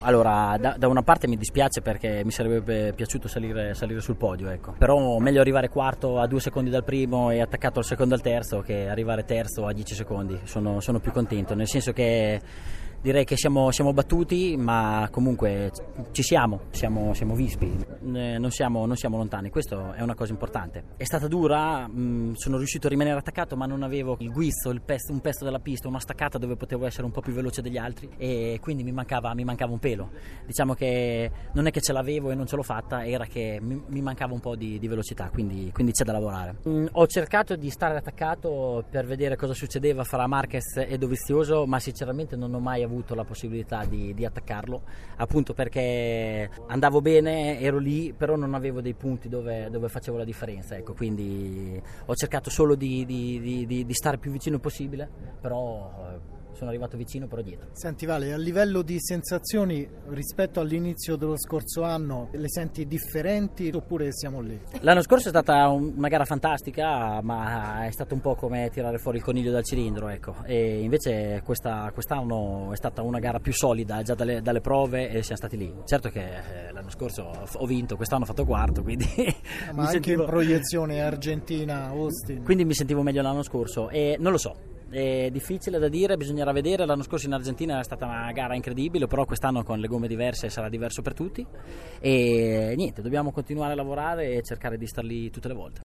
Allora, da una parte mi dispiace perché mi sarebbe piaciuto salire sul podio, ecco. Però meglio arrivare quarto a 2 secondi dal primo e attaccato al secondo e al terzo che arrivare terzo a 10 secondi. Sono più contento, nel senso che direi che siamo battuti, ma comunque ci siamo vispi, non siamo lontani, questo è una cosa importante. È stata dura, sono riuscito a rimanere attaccato, ma non avevo il guizzo, un pezzo della pista, una staccata dove potevo essere un po' più veloce degli altri e quindi mi mancava un pelo. Diciamo che non è che ce l'avevo e non ce l'ho fatta, era che mi mancava un po' di velocità, quindi c'è da lavorare. Ho cercato di stare attaccato per vedere cosa succedeva fra Marquez e Dovizioso, ma sinceramente non ho mai avuto la possibilità di attaccarlo, appunto perché andavo bene, ero lì, però non avevo dei punti dove facevo la differenza, ecco, quindi ho cercato solo di stare più vicino possibile, però sono arrivato vicino però dietro. Senti Vale, a livello di sensazioni rispetto all'inizio dello scorso anno, le senti differenti oppure siamo lì? L'anno scorso è stata una gara fantastica, ma è stato un po' come tirare fuori il coniglio dal cilindro, ecco. E invece quest'anno è stata una gara più solida già dalle prove e siamo stati lì. Certo che l'anno scorso ho vinto, quest'anno ho fatto quarto, quindi ma anche in proiezione Argentina, Austin. Quindi mi sentivo meglio l'anno scorso e non lo so. È difficile da dire, bisognerà vedere. L'anno scorso in Argentina è stata una gara incredibile, però quest'anno con le gomme diverse sarà diverso per tutti e niente, dobbiamo continuare a lavorare e cercare di star lì tutte le volte.